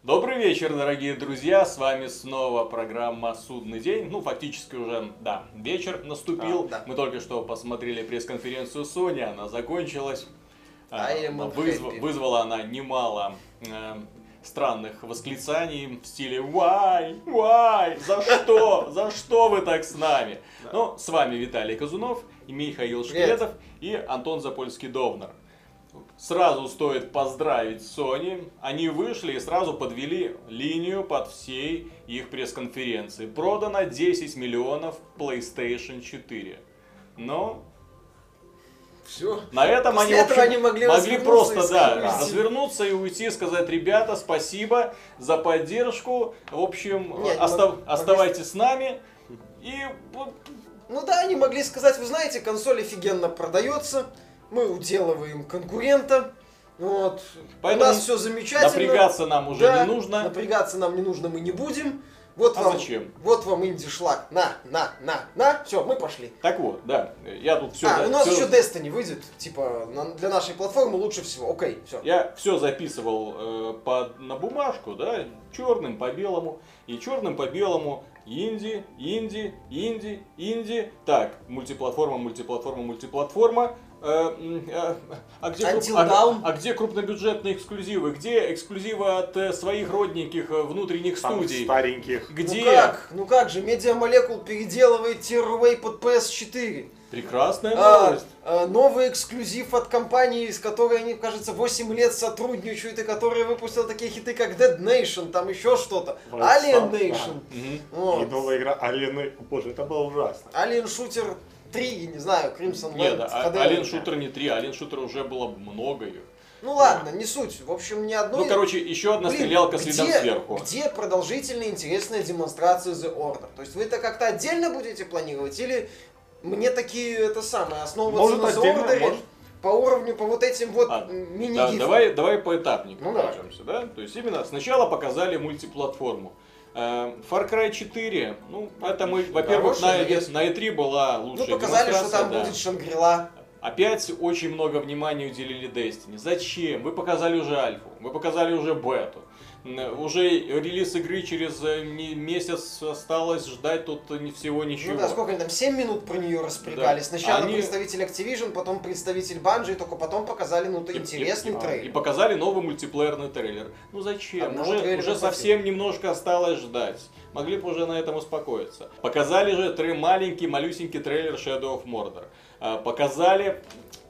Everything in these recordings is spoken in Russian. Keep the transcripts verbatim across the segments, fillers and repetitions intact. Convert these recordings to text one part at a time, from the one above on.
Добрый вечер, дорогие друзья, с вами снова программа «Судный день». Ну, фактически уже, да, вечер наступил. А, да. Мы только что посмотрели пресс-конференцию Sony, она закончилась. I am Вызв- happy. Вызвала она немало э, странных восклицаний в стиле «Why? Why? За что? За что вы так с нами?» Ну, с вами Виталий Казунов, и Михаил Шкредов и Антон Запольский-Довнар. Сразу стоит поздравить Sony. Они вышли и сразу подвели линию под всей их пресс-конференции. Продано десять миллионов PlayStation четыре. Но Все. на этом После они, в этого общем, они могли могли развернуться просто и да, сказать, развернуться и уйти, сказать: ребята, спасибо за поддержку. В общем, Не, они остав- могли- оставайтесь с нами. И вот Ну да, они могли сказать, вы знаете, консоль офигенно продается, мы уделываем конкурента, вот, Поэтому у нас все замечательно. напрягаться нам уже Да, не нужно. Напрягаться нам не нужно, мы не будем. Вот А вам, зачем? Вот вам инди-шлаг. На, на, на, на. Все, мы пошли. Так вот, да, я тут все... а, у нас еще Destiny выйдет, типа, на- для нашей платформы лучше всего. Окей, все. Я все записывал э, под, на бумажку, да, черным по белому. И черным по белому инди, инди, инди, инди. Так, мультиплатформа, мультиплатформа, мультиплатформа. Э, м, э, а, где круп- Until а- Dawn. а где крупнобюджетные эксклюзивы? Где эксклюзивы от э, своих родненьких э, внутренних Самых студий? стареньких. Где? Ну как? Ну как же, Media Molecule переделывает Tearaway под пи эс четыре. Прекрасная А, новость. а, новый эксклюзив от компании, с которой они, кажется, восемь лет сотрудничают, и которая выпустила такие хиты, как Dead Nation, там еще что-то. Вот, Alien да. Nation. Мгм. Вот. И новая игра Alien. Боже, это было ужасно. Alien Shooter три, я не знаю, Crimson Нет, Land. а- эйч ди. Alien Shooter не три, Alien Shooter уже было много их. Ну ладно, не суть. В общем, ни одной... Ну, короче, еще одна Блин, стрелялка с видом где- сверху. Где продолжительная интересная демонстрация The Order? То есть вы это как-то отдельно будете планировать? Или мне такие, это самое, основываться Может, на The отдельно, Order может. по уровню, по вот этим вот А, м, Да, мини-гифам? давай, давай поэтапненько Ну, давай. пройдемся, да? То есть именно сначала показали мультиплатформу. Э, Far Cry четыре, ну, это мы, во-первых, на, Хороший навес. на и три была Ну, лучшая показали, что демонстрация, там да. будет Шангрила. Опять очень много внимания уделили Destiny. Зачем? Вы показали уже альфу, вы показали уже бету. М, Уже релиз игры через э, не- месяц осталось ждать тут ни- всего ничего. Ну да, сколько они там, семь минут про нее распрягали. Да. Сначала Они- представитель Activision, потом представитель Bungie, только потом показали, ну, то И- интересный и, и- трейлер. И показали новый мультиплеерный трейлер. Ну зачем? Одного Уже, трейлера уже хватило. совсем немножко осталось ждать. Могли бы уже на этом успокоиться. Показали же три маленький, малюсенький трейлер Shadow of Mordor. А, Показали...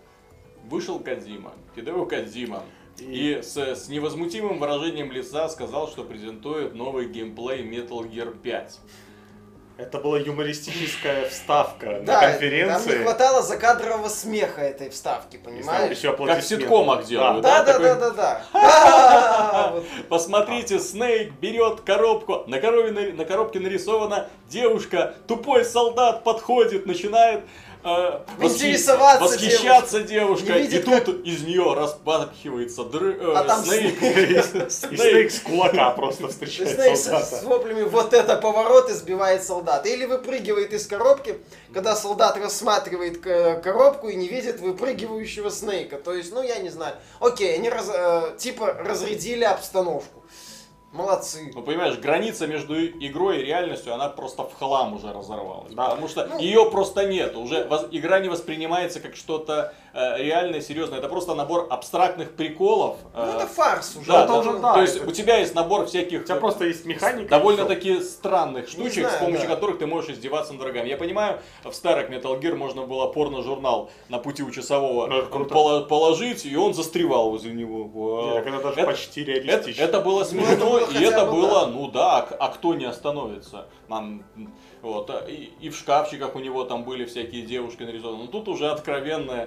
Вышел Кодзима, Хидео Кодзима. И с, с невозмутимым выражением лица сказал, что презентует новый геймплей Metal Gear пять. Это была юмористическая вставка Да, на там конференции. не хватало закадрового смеха этой вставки, И там понимаешь? еще Как в аплодисменты. ситкомах делают. Да, да, такой, да, да, да. Да, вот. Посмотрите, Снейк берет коробку, на, корове, на, на коробке нарисована девушка, тупой солдат подходит, начинает э, восхи- Интересоваться восхищаться девушка, Не видит, и тут из нее распахивается дры, э, А там Снейк. И Снейк с кулака просто То есть, встречает знаешь, с, солдата. с воплями вот это поворот и сбивает солдата. Или выпрыгивает из коробки, когда солдат рассматривает к- коробку и не видит выпрыгивающего Снейка. То есть, ну я не знаю. Окей, они раз- э, типа разрядили обстановку. Молодцы. Ну, понимаешь, граница между игрой и реальностью, она просто в хлам уже разорвалась. Да. Потому что Ну. ее просто нет. Уже воз- игра не воспринимается как что-то э, реальное, серьезное. Это просто набор абстрактных приколов. Ну э, это фарс уже. Да, это да, уже да. да, То есть это- у тебя есть набор всяких У тебя просто есть механика. довольно-таки странных штучек, знаю, с помощью да. которых ты можешь издеваться над врагами. Я понимаю, в старых Metal Gear можно было порно-журнал на пути у часового Ну, это круто. пола- положить, и он застревал возле него. Вау. Нет, это даже Это- почти Это, реалистично. это было Ну, смешно, это было и хотя это бы, было, да. ну да, а, а кто не остановится? Нам, вот, а, и, и в шкафчиках у него там были всякие девушки нарисованы. Но тут уже откровенная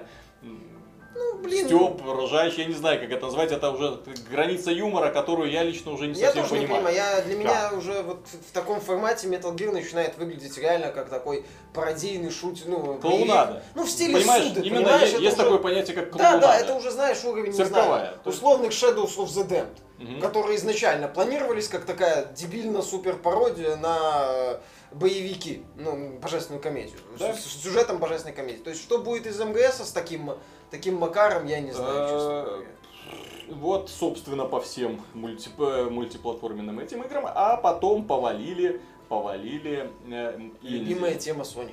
Ну, блин, стёб, ржач, я не знаю, как это назвать, это уже граница юмора, которую я лично уже не я совсем тоже не понимаю. понимаю. Я, для меня уже вот в в таком формате Metal Gear начинает выглядеть реально как такой пародийный шутер. Ну, боевик. Клоунада. Ну, в стиле Понимаешь, суды, именно понимаешь, есть, это есть уже- такое понятие, как Да, клоунада. да, это уже, знаешь, уровень, не Цирковая. знаю, То есть- условных Shadows of the Damned, Мгм. которые изначально планировались как такая дебильно-супер пародия на боевики, ну, божественную комедию, Да. с, с сюжетом божественной комедии. То есть, что будет из МГС с таким, таким макаром, я не знаю, честно Э, говоря. вот, собственно, по всем мульти, э, мультиплатформенным этим играм, а потом повалили, повалили э, Любимая тема Sony.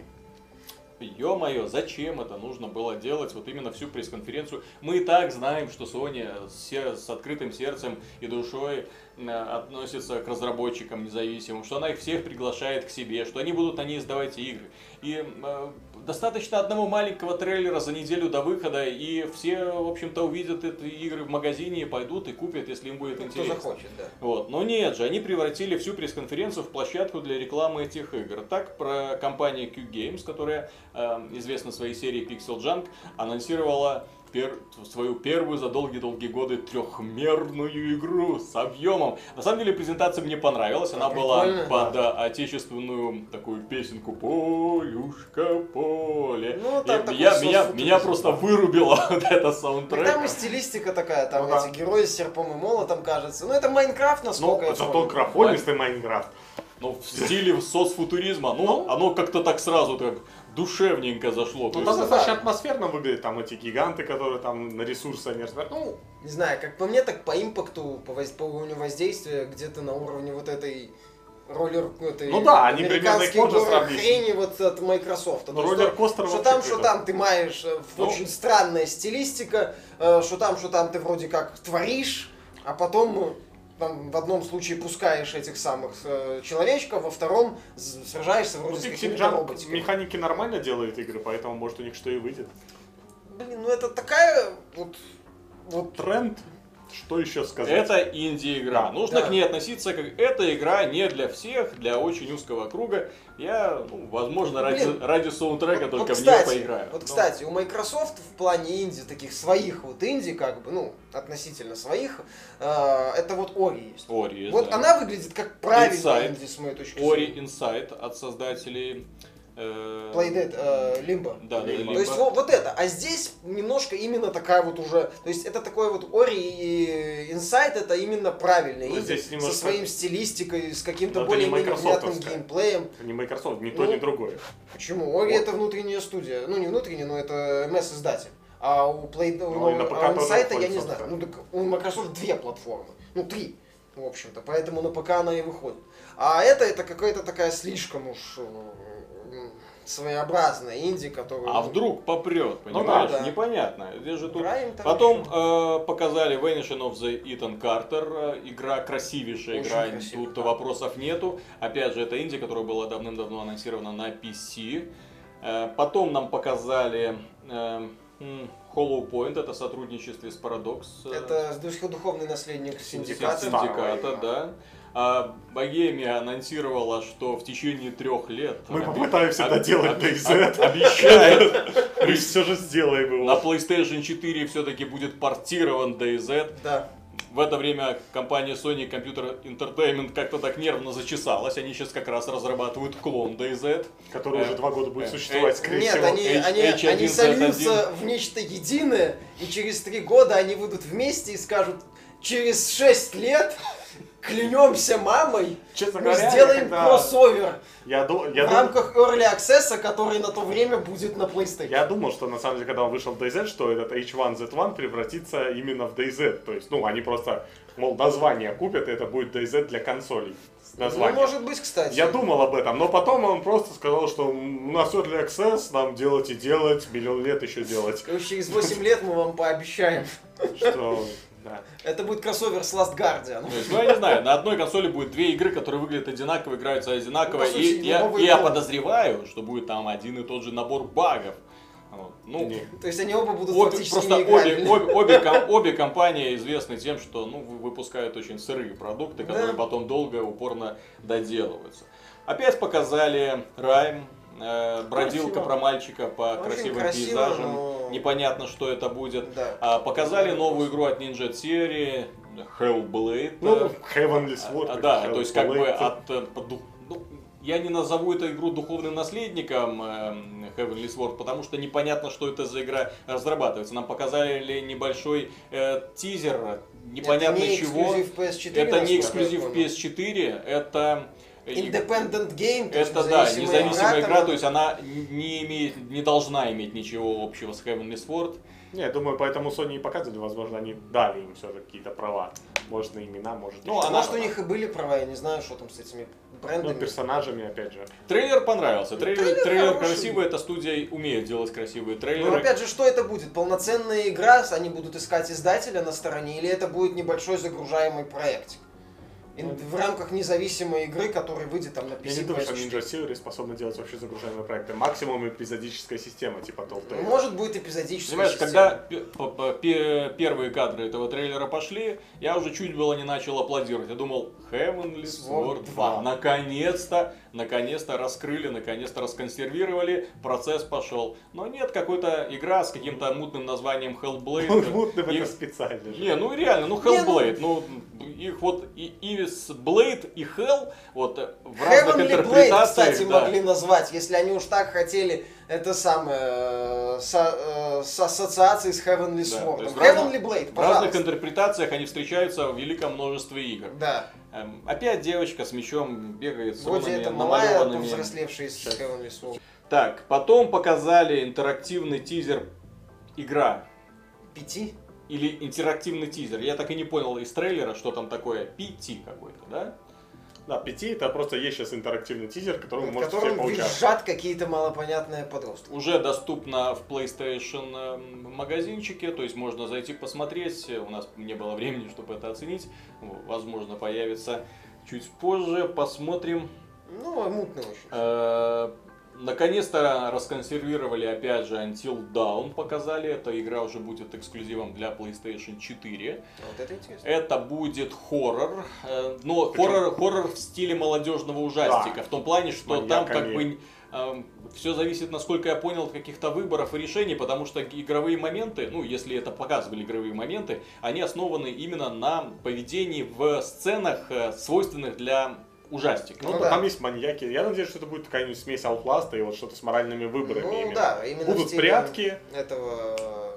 Ё-моё, зачем это нужно было делать, вот именно всю пресс-конференцию? Мы и так знаем, что Sony с, с открытым сердцем и душой э, относится к разработчикам независимым, что она их всех приглашает к себе, что они будут на ней издавать игры. И э, достаточно одного маленького трейлера за неделю до выхода, и все, в общем-то, увидят эти игры в магазине и пойдут и купят, если им будет Ну, кто интересно. захочет, да. Вот. Но нет же, они превратили всю пресс-конференцию в площадку для рекламы этих игр. Так, про компания Q Games, которая э, известна своей серией Pixel Junk, анонсировала пер... свою первую за долгие-долгие годы трехмерную игру с объемом. На самом деле презентация мне понравилась, она была Прикольно. под э, отечественную такую песенку «Полюшка, поле». Ну, там И такой я, соус меня, футуризм. меня просто вырубило вот это Ну, саундтрек. там и стилистика такая, там Ну, эти да. герои с серпом и молотом, кажется. Ну, это Майнкрафт, Ну, насколько я зато помню. графонистый Майнкрафт. Ну, в стиле соцфутуризма. Ну, Ну. оно как-то так сразу так душевненько зашло. То Ну, есть, там да. достаточно атмосферно выглядит, там эти гиганты, которые там на ресурсы они разбирают. Ну, Не знаю, как по мне, так по импакту, по, воз- по уровню воздействия, где-то на уровне вот этой роллер, этой Ну да, они примерно их американских можно горок сравнить. хрени вот от Microsoft. Ну, То есть, роллер-костер что вообще там, что круто. там ты маешь э, в Ну. очень странная стилистика, э, что там, что там ты вроде как творишь, а потом э, там, в одном случае пускаешь этих самых э, человечков, во втором з- сражаешься ну вроде с Pixel какими-то Junk роботиками. механики нормально делает игры, поэтому может у них что и выйдет. Блин, ну это такая вот... вот Тренд, что еще сказать? это инди-игра. Нужно Да. к ней относиться как эта игра не для всех, для очень узкого круга. Я, ну, возможно, ради, Блин. ради саундтрека Вот- только вот, в нее кстати, поиграю. Вот, Ну, кстати, у Microsoft в плане инди, таких своих вот инди, как бы, ну, относительно своих, э, это вот Ори есть. Ori, Вот да. она выглядит как правильный Inside. инди, с моей точки Ori зрения. Insight от создателей... э, Playdead, э, Limbo. Да, да, То Limbo. есть вот, вот это. А здесь немножко именно такая вот уже... То есть это такой вот Ori и Inside, это именно правильный Ну, инди. здесь Со немножко- своим стилистикой, с каким-то Но это не более-менее понятным майкрософтовская. геймплеем. Это не Microsoft, ни то, Ну, ни другое. Почему? Ori Вот. это внутренняя студия. Ну, не внутренняя, но это эм эс-издатель. А у Play... Ну, и на у ПК а у тоже Insight я выходит, не знаю. собственно. Ну, так у Microsoft две платформы. Ну, три, в общем-то. Поэтому на ПК она и выходит. А это, это какая-то такая слишком уж э, м, своеобразная инди, которую... А ну, вдруг попрет, Ну понимаешь? да, да. Непонятно. Где же тут... играем там Потом еще. э, показали Vanishing of the Ethan Carter. э, Игра красивейшая, Очень игра, красивая, тут да. вопросов нету. Опять же, это инди, которая была давным-давно анонсирована на пи си. Э, потом нам показали э, м, Hollow Point, это сотрудничество с Paradox. э, Это духовный наследник Синдиката. синдиката. синдиката, да. А Богемия анонсировала, что в течение трех лет Мы оби- попытаемся об- доделать об- DayZ. об- обещает, Мы все же сделаем на его. PlayStation четыре все-таки будет портирован DayZ. Да. В это время компания Sony Computer Entertainment как-то так нервно зачесалась. Они сейчас как раз разрабатывают клон DayZ. Который уже два года будет э, существовать, э, скорее Нет, всего. они, H- они, H1Z1. они сольются в нечто единое, и через три года они будут вместе и скажут, через шесть лет клянемся мамой, Честно мы говоря, я сделаем когда- кроссовер Я, ду- я в дум- рамках Early Access, который на то время будет на PlayStation. Я думал, что на самом деле, когда он вышел в DayZ, что этот эйч один зет один превратится именно в DayZ. То есть, ну, они просто, мол, название купят, и это будет DayZ для консолей. С Ну, названием. может быть, кстати. Я думал об этом, но потом он просто сказал, что у нас Early Access, нам делать и делать, миллион лет еще делать. Короче, через восемь лет мы вам пообещаем. Что, да. Это будет кроссовер с Last Guardian. То есть, ну я не знаю, на одной консоли будет две игры, которые выглядят одинаково, играются одинаково. Ну, по и сути, я, новый и я код. подозреваю, что будет там один и тот же набор багов. Вот. Ну, Не. То есть они оба будут обе- фактически просто обе, неиграбельны. обе, обе, ком- обе компании известны тем, что ну, вы- выпускают очень сырые продукты, которые Да. потом долго, упорно доделываются. Опять показали Райм, э, бродилка Красиво. про мальчика по Очень красивым красиво, пейзажам. но- Непонятно, что это будет. Да. А, показали новую игру от Ninja Theory, Hellblade. Ну, э, Heavenly Sword. а, как да, Hellblade. то есть как бы от... э, по ду- ну, я не назову эту игру духовным наследником э, Heavenly Sword, потому что непонятно, что это за игра разрабатывается. Нам показали небольшой э, тизер, непонятно это не чего. эксклюзив пи эс четыре, Это не насколько я эксклюзив понял. пи эс четыре, это Independent game, то есть Это да, независимая независимая игра, там- то есть она не имеет, не должна иметь ничего общего с Heavenly Sword. Не, я думаю, поэтому Sony и показывали, возможно, они дали им все какие-то права. Может, на имена, может, Ну, еще она- Может, у что-то. них и были права, я не знаю, что там с этими Ну, брендами. персонажами, опять же. Трейлер понравился. Трейлер, трейлер трейлер хороший. красивый, эта студия умеет делать красивые трейлеры. Ну, опять же, что это будет? Полноценная игра, они будут искать издателя на стороне, или это будет небольшой загружаемый проектик? Ин- В рамках независимой игры, которая выйдет там на пи Я си, не думаю, что пи эс четыре. Ninja Theory способны делать вообще загружаемые проекты. Максимум эпизодическая система, типа Telltale. Ну, может, будет эпизодическая Понимаешь, система. когда пе- по- по- пе- первые кадры этого трейлера пошли, я уже чуть было не начал аплодировать. Я думал, Heavenly Sword два. Наконец-то, наконец-то раскрыли, наконец-то расконсервировали, процесс пошел. Но нет, какой-то игра с каким-то мутным названием Hellblade. Мутным И- это специально же. Не, ну реально, ну Не, ну- Hellblade, ну их вот и Ивис Блейд и Hell вот э, в разных Heavenly Blade, интерпретациях, кстати, да. могли назвать, если они уж так хотели, это самое, э, со- э, с ассоциацией с Heavenly Да, Sword. то есть в Heavenly разных- Blade, В разных пожалуйста. интерпретациях они встречаются в великом множестве игр. Да, Эм, Опять девочка с мечом бегает с вроде рунами это малая, намалеванными. повзрослевшая из Heavenly Sword. Так, потом показали интерактивный тизер игра. Пяти? Или интерактивный тизер. Я так и не понял из трейлера, что там такое. пи ти какой-то, да? Да, пяти это просто есть сейчас интерактивный тизер, который вы В можете все котором поучаствовать. визжат какие-то малопонятные подростки. Уже доступно в PlayStation эм, магазинчике, то есть можно зайти посмотреть. У нас не было времени, чтобы это оценить. Возможно, появится чуть позже. Посмотрим. Ну, мутный очень. Э, Наконец-то расконсервировали опять же Until Dawn, показали. Эта игра уже будет эксклюзивом для PlayStation четыре. Вот это интересно. Это будет хоррор, э, но Причем- хоррор, хоррор в стиле молодежного ужастика. Да. В том плане, что С там как маньяками. бы все зависит, насколько я понял, от каких-то выборов и решений, потому что игровые моменты, ну, если это показывали игровые моменты, они основаны именно на поведении в сценах, э, свойственных для ужастика. Ну, Ну да, да. там есть маньяки. Я надеюсь, что это будет какая-нибудь смесь Outlast и вот что-то с моральными выборами. Ну именно. да, именно в Будут стиле прятки. этого...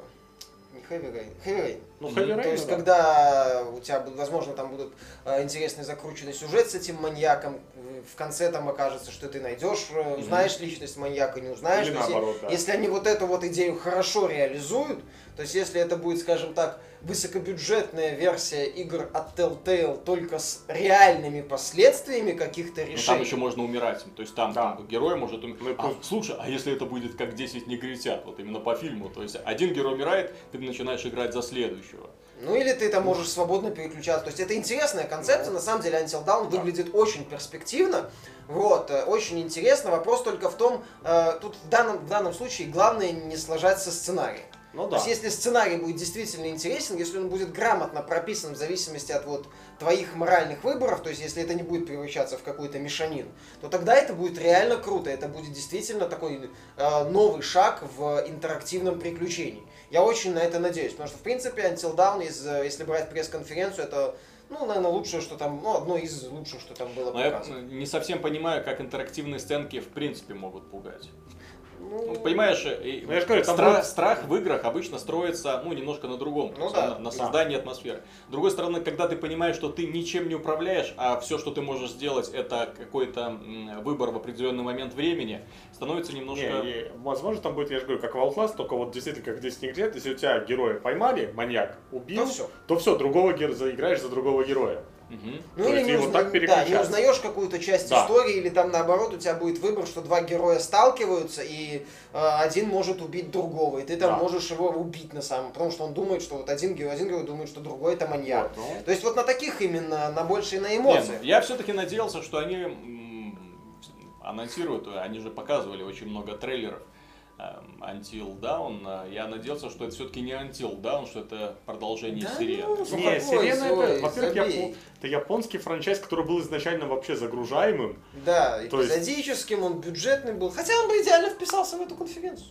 Не Heavy Rain. Heavy Rain. Ну, Мгм. Heavy Rain, То есть, да. когда у тебя, будут- возможно, там будут э, интересный закрученный сюжет с этим маньяком, в конце там окажется, что ты найдешь, э, узнаешь личность маньяка, не узнаешь. Или То есть, наоборот, да. Если они вот эту вот идею хорошо реализуют, то есть если это будет, скажем так, высокобюджетная версия игр от Telltale только с реальными последствиями каких-то Но решений. там еще можно умирать. То есть там, Да. там герой может умереть. Ну и А, пусть- слушай, а если это будет как десять негритят, вот именно по фильму, то есть один герой умирает, ты начинаешь играть за следующего. Ну или ты там можешь свободно переключаться. То есть это интересная концепция. На самом деле Until Dawn выглядит очень перспективно. Вот, э, очень интересно. Вопрос только в том, э, тут в данном, в данном случае главное не сложать со сценарием. Ну То да. есть если сценарий будет действительно интересен, если он будет грамотно прописан в зависимости от вот твоих моральных выборов, то есть если это не будет превращаться в какую-то мешанину, то тогда это будет реально круто. Это будет действительно такой э, новый шаг в интерактивном приключении. Я очень на это надеюсь, потому что в принципе Until Dawn, из, э, если брать пресс-конференцию, это, ну, наверное, лучшее, что там, ну, одно из лучших, что там было Но я показано. не совсем понимаю, как интерактивные сценки в принципе могут пугать. Ну, Ну, понимаешь, и Ну, я же говорю, там стра- будет- страх в играх обычно строится, ну, немножко на другом, то Ну есть да, на, на да. создании атмосферы. С другой стороны, когда ты понимаешь, что ты ничем не управляешь, а все, что ты можешь сделать, это какой-то м, выбор в определенный момент времени, становится немножко... Не, и, возможно, там будет, я же говорю, как в Outlast, только вот действительно, как здесь не где, если у тебя героя поймали, маньяк, убил, То всё. то все, другого героя заиграешь за другого героя. Мгм. Ну То или есть не, и вот узна- так да, не переключаться. узнаешь какую-то часть Да. истории, или там наоборот у тебя будет выбор, что два героя сталкиваются, и э, один может убить другого, и ты там Да. можешь его убить на самом, потому что он думает, что вот один герой, один герой думает, что другой это маньяк. Вот, ну. То есть вот на таких именно, на больше на Не, эмоциях. ну, я все-таки надеялся, что они м, анонсируют, они же показывали очень много трейлеров эм, Until Dawn. э, Я надеялся, что это все-таки не Until Dawn, что это продолжение Да серии. ну, Не, Сухопой, Сирена ой, это, во-первых, забей. япон- это японский франчайз, который был изначально вообще загружаемым. Да, То есть- эпизодическим, он бюджетный был, хотя он бы идеально вписался в эту конференцию.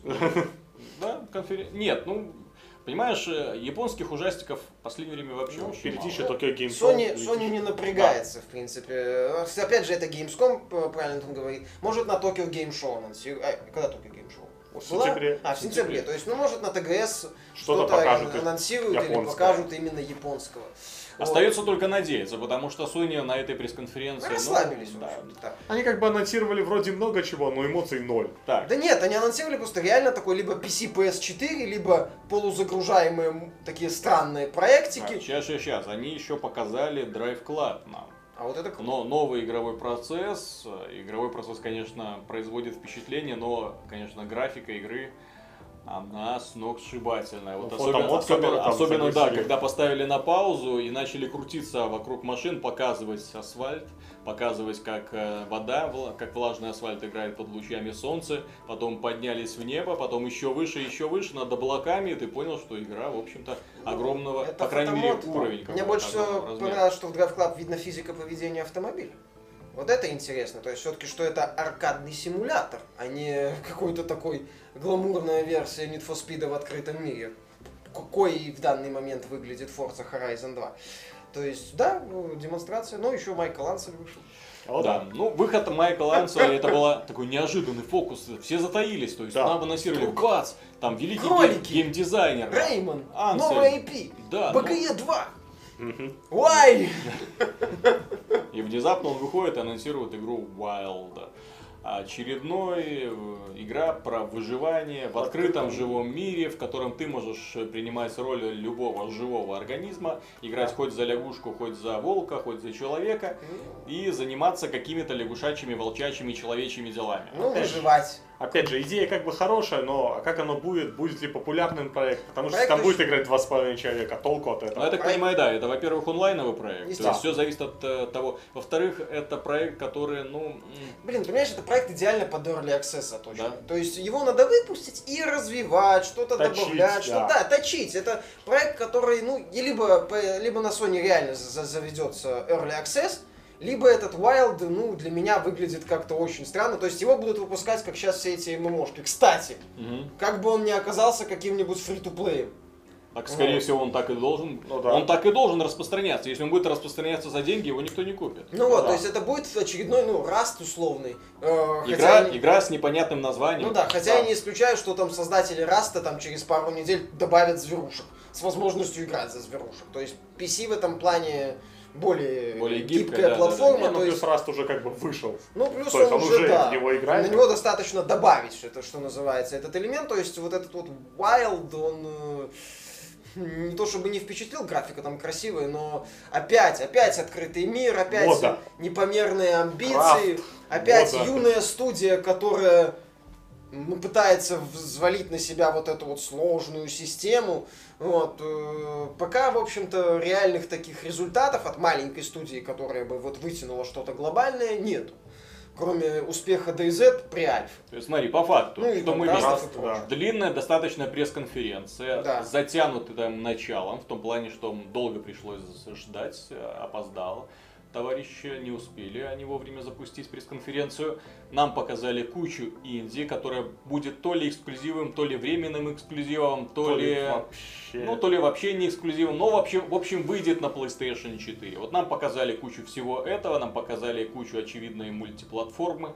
Да, конферен- Нет, ну, понимаешь, э, японских ужастиков в последнее время вообще Ну, очень впереди мало. еще Tokyo Game Show. Sony, Sony не напрягается, в принципе. Опять же, это Gamescom, э, правильно он говорит. Может, на Tokyo Game Show анонсирует. А, когда Tokyo Game Show? Вот В была? сентябре. А, в сентябре. То есть, ну, может, на ТГС Что-то что-то покажут анонсируют или японское. покажут именно японского. Остается только надеяться, потому что Sony на этой пресс-конференции... Расслабились, ну, в да. общем-то. Они как бы анонсировали вроде много чего, но эмоций ноль. Так, Да нет, они анонсировали просто реально такой либо пи си пи эс четыре, либо полузагружаемые м, такие странные проектики. сейчас, сейчас, сейчас. Они еще показали Drive Club нам. А вот это круто. Но новый игровой процесс, игровой процесс, конечно, производит впечатление, но, конечно, графика игры, она сногсшибательная. Вот Ну, особенно, фотомод, особенно, который там особенно, да, загрузили. когда поставили на паузу и начали крутиться вокруг машин, показывать асфальт, показывать, как э, вода, вла- как влажный асфальт играет под лучами солнца, потом поднялись в небо, потом еще выше, еще выше, над облаками, и ты понял, что игра, в общем-то, огромного, Это по крайней мере, фотомод. уровень. Мне какого-то больше всего огромного размера. понравилось, что в Drive Club видно физика поведения автомобиля. Вот это интересно. То есть все-таки, что это аркадный симулятор, а не какой-то такой гламурная версия Need for Speed в открытом мире. Какой в данный момент выглядит Forza Horizon два. То есть, да, ну, демонстрация. Ну, еще Майкл Ансель вышел. Вот Да, так. ну выход Майкла Анселя, это был такой неожиданный фокус, все затаились, то есть Да. нам анонсировали, бац, там великий Кролики. гейм- геймдизайнер. Реймон, Ансель. новая ай пи, Да, бэ ка е два. Мгм. Why? И внезапно он выходит и анонсирует игру Wild. Очередной э, игра про выживание в открытом живом мире, в котором ты можешь принимать роль любого живого организма, играть хоть за лягушку, хоть за волка, хоть за человека, и заниматься какими-то лягушачьими, волчачьими, человечьими делами. Ну, Опять же. выживать. Опять же, идея как бы хорошая, но как оно будет, будет ли популярным проект? Потому что Проект там будет очень- играть два с половиной человека, толку от Ну, этого. я так Проект- понимаю, да, это, во-первых, онлайновый проект, то Естественно. есть все зависит от э, того. Во-вторых, это проект, который, ну, м, Блин, понимаешь, это проект идеально под Early Access точно. Да. То есть его надо выпустить и развивать, что-то Точить, добавлять, что да. да, точить. Это проект, который, ну, и либо, по- либо на Sony реально за- заведется Early Access, либо этот Wild, ну, для меня выглядит как-то очень странно. То есть его будут выпускать, как сейчас все эти ММОшки. Кстати, мгм. как бы он ни оказался каким-нибудь фри-то-плеем. так, скорее Вот. всего, он так и должен, Ну да. он так и должен распространяться. Если он будет распространяться за деньги, его никто не купит. Ну вот, да. то есть это будет очередной, ну, Rust условный. Э, хотя Игра, они- игра с непонятным названием. Ну да, хотя Да. я не исключаю, что там создатели Раста там через пару недель добавят зверушек с возможностью играть за зверушек. То есть пи си в этом плане более, Более гибкая, гибкая да, да, да. платформа. Не, ну то плюс есть, Раст уже как бы вышел. ну плюс то есть он, он уже, уже да, в него играет. на него достаточно добавить, это что называется, этот элемент. То есть вот этот вот Wild, он э, не то чтобы не впечатлил, графика там красивая, но опять, опять открытый мир, опять Мода. непомерные амбиции, Крафт. опять Мода. юная студия, которая ну, пытается взвалить на себя вот эту вот сложную систему. Вот. э, Пока, в общем-то, реальных таких результатов от маленькой студии, которая бы вот вытянула что-то глобальное, нету. Кроме успеха ди зет при Альфе. То есть смотри, по факту, Ну и что мы контрастов видим. и прочее. Длинная достаточно пресс-конференция, Да. затянутая началом, в том плане, что долго пришлось ждать, опоздало. Товарищи не успели, они вовремя запустить пресс-конференцию. Нам показали кучу инди, которая будет то ли эксклюзивом, то ли временным эксклюзивом, то, То ли... ли вообще. Ну, то ли вообще не эксклюзивом, но вообще, в общем, выйдет на плейстейшн четыре. Вот нам показали кучу всего этого, нам показали кучу очевидной мультиплатформы.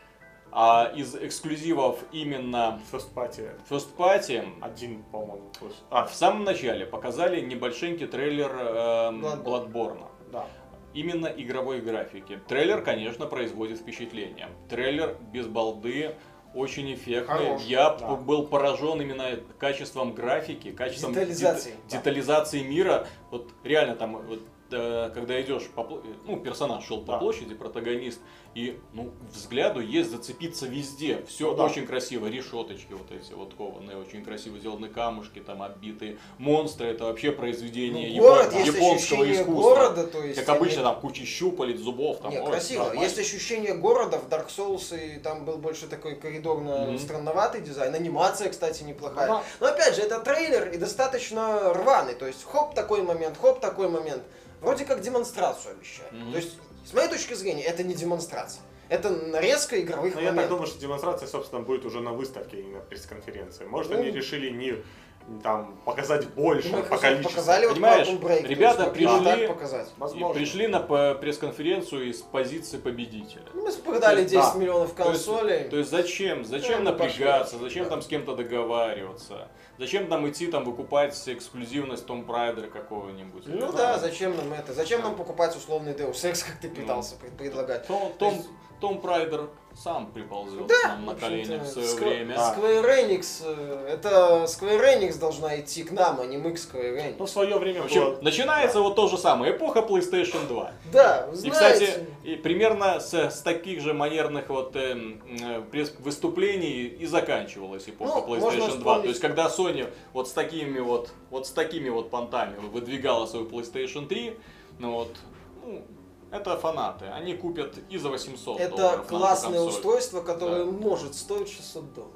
А из эксклюзивов именно First Party First Party один, по-моему. плюс. а, А, в самом начале показали небольшенький трейлер эм, Bloodborne. Bloodborne. да. Именно игровой графики. Трейлер, конечно, производит впечатление. Трейлер без балды, очень эффектный. Хорош, Я да. п- был поражен именно качеством графики, качеством Детализации. дет- детализации мира. Вот реально там, вот, э, когда идешь по пл- ну, персонаж шел по Да. площади, протагонист, и ну, взгляду есть зацепиться везде. Все Ну да. очень красиво. Решеточки вот эти вот кованые, очень красиво сделаны камушки, там оббитые. Монстры, это вообще произведение Ну, город, япон- есть японского ощущение искусства. города, то есть... Как обычно, они- там куча щупалец, зубов. Там, Не, ой, красиво. нормально. Есть ощущение города в Dark Souls, и там был больше такой коридорно Мгм. странноватый дизайн. Анимация, кстати, неплохая. Ну да. Но опять же, это трейлер и достаточно рваный. То есть хоп такой момент, хоп такой момент. Вроде как демонстрацию обещают. Мгм. То есть, с моей точки зрения, это не демонстрация. Это нарезка игровых Но я так моментов. думаю, что демонстрация, собственно, будет уже на выставке, и на пресс-конференции. Может, Ну. они решили не, там показать больше по Microsoft количеству. показали вот Понимаешь, Quantum Break, ребята то есть могли пришли- так показать. Возможно. Пришли на п- пресс-конференцию из позиции победителя. Ну, мы продали То есть, десять да. миллионов То есть- консолей. То есть зачем? Зачем Ну, напрягаться? пошло. Зачем Да. там с кем-то договариваться? Зачем там идти там выкупать эксклюзивность Tomb Raider какого-нибудь? Ну Или да, там зачем нам это? Зачем нам покупать условный Deus Ex, как ты Ну. пытался пред- предлагать? Том, То Том, есть- Том Прайдер сам приползет Да, нам на в общем-то, коленях в свое Square- время. Да. Square Enix, э, это Square Enix должна идти к нам, а не мы к Square Enix. Ну, в свое время В общем, было... начинается вот то же самое. Эпоха PlayStation два. Да, вы И, знаете, кстати, и примерно с, с таких же манерных вот эм, э, пресс- выступлений и заканчивалась эпоха Ну, можно PlayStation два. вспомнить- То есть, когда Sony вот с такими вот, вот с такими вот понтами выдвигала свою PlayStation три, ну вот, ну, это фанаты. Они купят и за восемьсот это долларов нашу классное консоль. устройство, которое Да. может стоить шестьсот долларов.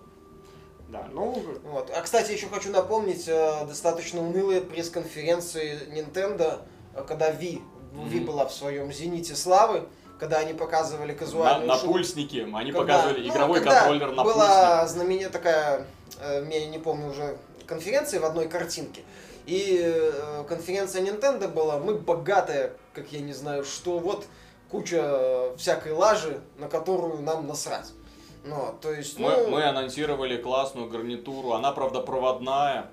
Да, ну, Вот. А, кстати, еще хочу напомнить э, достаточно унылые пресс-конференции Nintendo, э, когда Wii, Wii Мгм. была в своем зените славы, когда они показывали На, казуальную на шоу. пульснике. Они Когда- показывали ну, игровой когда контроллер на пульснике. была знаменитая такая, э, я не помню уже, конференция в одной картинке. И э, конференция Nintendo была, мы богатые, как я не знаю, что вот куча э, всякой лажи, на которую нам насрать. Ну, то есть, Мы, ну, мы анонсировали классную гарнитуру. Она, правда, проводная,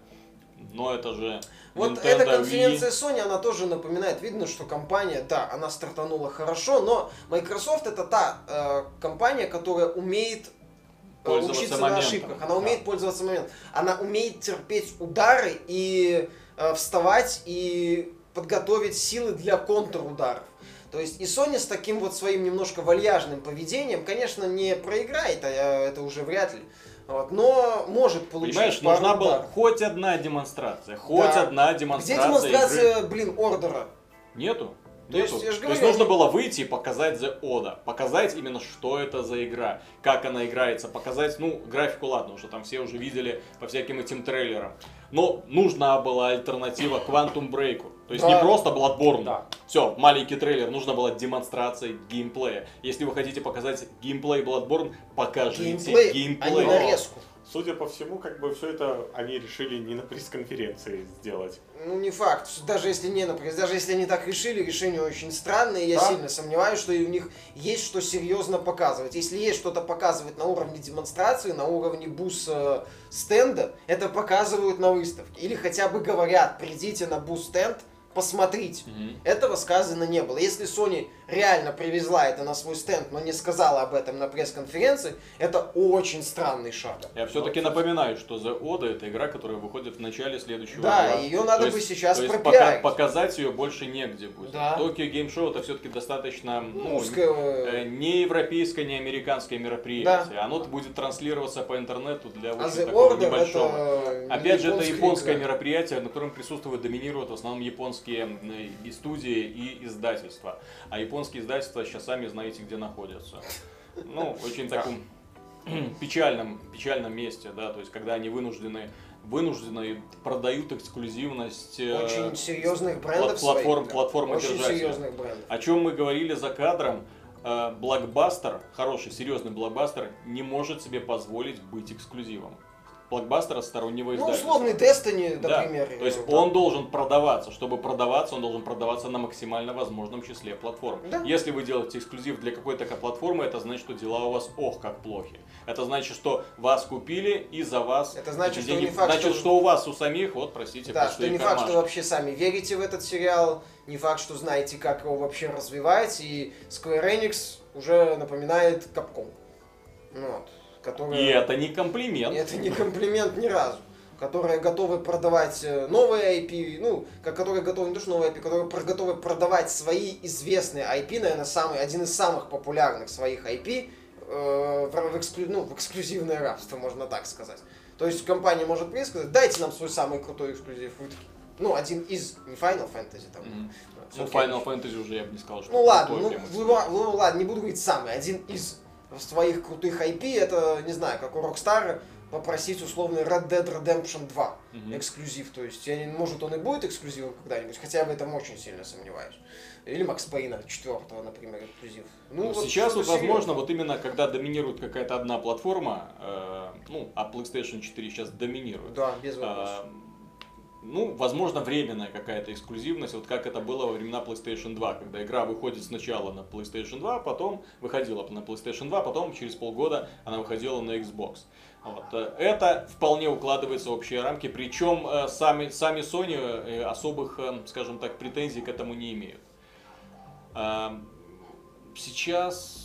но это же вот Nintendo эта Wii. конференция Sony, она тоже напоминает, видно, что компания, да, она стартанула хорошо, но Microsoft это та э, компания, которая умеет э, Пользоваться учиться моментом, на ошибках, она да. умеет пользоваться моментом, она умеет терпеть удары и э, вставать и подготовить силы для контрударов. То есть и Sony с таким вот своим немножко вальяжным поведением, конечно, не проиграет, а э, это уже вряд ли, вот, но может получить Понимаешь, пару нужна была ударов. хоть одна демонстрация. Хоть Да. одна Где демонстрация. демонстрация, игры. блин, ордера? Нету. То есть, Нету. я же То есть говорю, нужно они- было выйти и показать The Oda. Показать именно, что это за игра. Как она играется. Показать, ну, графику ладно, уже там все уже видели по всяким этим трейлерам. Но нужна была альтернатива Quantum Break. То есть Да. не просто Bloodborne. Да. Все, маленький трейлер, нужна была демонстрация геймплея. Если вы хотите показать геймплей Bloodborne, покажите Геймплей, а геймплей. не нарезку. судя по всему, как бы все это они решили не на пресс-конференции сделать. Ну, не факт. Даже если не, например, даже если они так решили, решение очень странное, я Да. сильно сомневаюсь, что и у них есть что серьезно показывать. Если есть что-то показывать на уровне демонстрации, на уровне бус э, стенда, это показывают на выставке. Или хотя бы говорят, придите на бус стенд, посмотрите. Мгм. Этого сказано не было. Если Sony реально привезла это на свой стенд, но не сказала об этом на пресс-конференции, это очень странный шаг. Я все-таки напоминаю, что The Oda это игра, которая выходит в начале следующего Да, года. ее надо То бы есть- сейчас то есть пропиарить. пока- показать ее больше негде будет. Да. Tokyo Game Show это все-таки достаточно ну, Узкое, э, не европейское, не американское мероприятие. Оно будет транслироваться по интернету для в а общем, The такого Order небольшого. это Опять же, это японская японское игра. мероприятие, на котором присутствуют, доминируют в основном японские э, и студии, и издательства. А японские издательства сейчас сами знаете, где находятся. Ну, очень таком печальном, печальном месте, да, то есть когда они вынуждены, вынуждены продают эксклюзивность э, Очень серьезных плат- брендов платформ, своих, да. платформ Очень держателя. серьезных брендов. О чем мы говорили за кадром, э, блокбастер, хороший, серьезный блокбастер, не может себе позволить быть эксклюзивом. Блокбастера стороннего Ну, издательства. условный Destiny, Да, например. то есть да. он должен продаваться. Чтобы продаваться, он должен продаваться на максимально возможном числе платформ. Да. Если вы делаете эксклюзив для какой-то платформы, это значит, что дела у вас ох как плохи. Это значит, что вас купили и за вас Это значит, эти что деньги- не факт, значит, что- что... у вас у самих, вот, простите, Да, что пустые не факт, кармашки. что вообще сами верите в этот сериал, не факт, что знаете, как его вообще развивать, и Square Enix уже напоминает Capcom. Ну вот, которая... И это не комплимент. И это не комплимент ни разу. Которые готовы продавать э, новые ай пи, ну, как которые готовы, не то что новые ай пи, которые про- готовы продавать свои известные ай пи, наверное, самый, один из самых популярных своих ай пи э, в, в эксклю- ну, в эксклюзивное рабство, можно так сказать. То есть компания может прийти и сказать, дайте нам свой самый крутой эксклюзив. Вы такие, ну, один из, не Final Fantasy там. Мгм. всё Ну, окей. Final Fantasy уже я бы не сказал, что Ну ладно, крутой ну, прям ну, ла- ну ладно, не буду говорить самый, один из своих крутых ай пи, это, не знаю, как у Rockstar попросить условный Red Dead Redemption два Мгм. эксклюзив, то есть, я не- может он и будет эксклюзивом когда-нибудь, хотя я в этом очень сильно сомневаюсь. Или Макс Пейна четвертого, например, эксклюзив. Ну, вот сейчас вот, что-то возможно, серьезное. вот именно когда доминирует какая-то одна платформа, э, ну, а PlayStation четыре сейчас доминирует, Да, без вопросов. а, ну, возможно, временная какая-то эксклюзивность, вот как это было во времена PlayStation два, когда игра выходит сначала на PlayStation два, потом выходила на PlayStation два, потом через полгода она выходила на Xbox. Вот. Это вполне укладывается в общие рамки, причем сами, сами Sony особых, скажем так, претензий к этому не имеют. Сейчас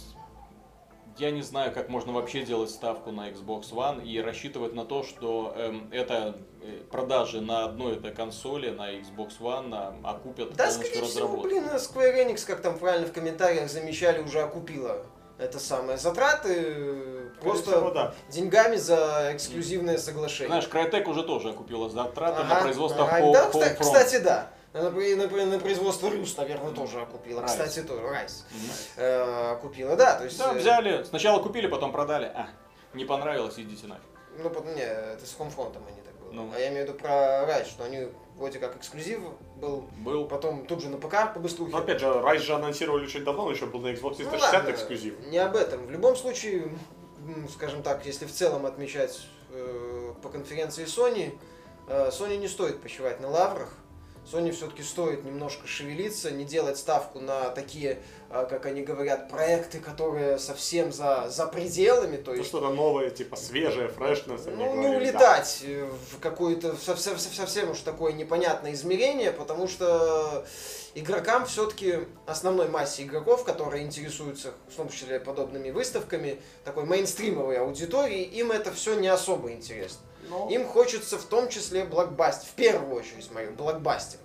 я не знаю, как можно вообще делать ставку на Xbox One и рассчитывать на то, что эм, это продажи на одной этой консоли, на Xbox One, на, окупят Да, полностью скорее всего, разработку. блин, Square Enix, как там правильно в комментариях замечали, уже окупила это самое затраты просто всего, да. деньгами за эксклюзивное соглашение. Знаешь, Crytek уже тоже окупила затраты Ага, на производство ага. Home- Да, Homefront. кстати, да. На, на, на производство Рюс, наверное, тоже окупила. Rise. Кстати, тоже Rise Nice. э, купила, да. То есть, Да, э, взяли, сначала купили, потом продали. А, не понравилось, идите нафиг. Ну, потом, не, это с Homefront они так было. Ну. А я имею в виду про Rise, что они вроде как эксклюзив был, Был. потом тут же на ПК по быструхе. Но опять же, Rise же анонсировали очень давно, он еще был на Xbox триста Ну, шестьдесят ладно, эксклюзив. Не об этом. В любом случае, м, скажем так, если в целом отмечать э, по конференции Sony, э, Sony не стоит почивать на лаврах. Sony все-таки стоит немножко шевелиться, не делать ставку на такие, э, как они говорят, проекты, которые совсем за, за пределами. То Ну, есть, что-то новое, типа свежее, фрешнес. они ну, не говорили, да. улетать э, в какое-то совсем, совсем уж такое непонятное измерение, потому что игрокам все-таки, основной массе игроков, которые интересуются, в том числе подобными выставками, такой мейнстримовой аудитории, им это все не особо интересно. Ну, Им хочется в том числе блокбастер, в первую очередь, смотрю, блокбастеров.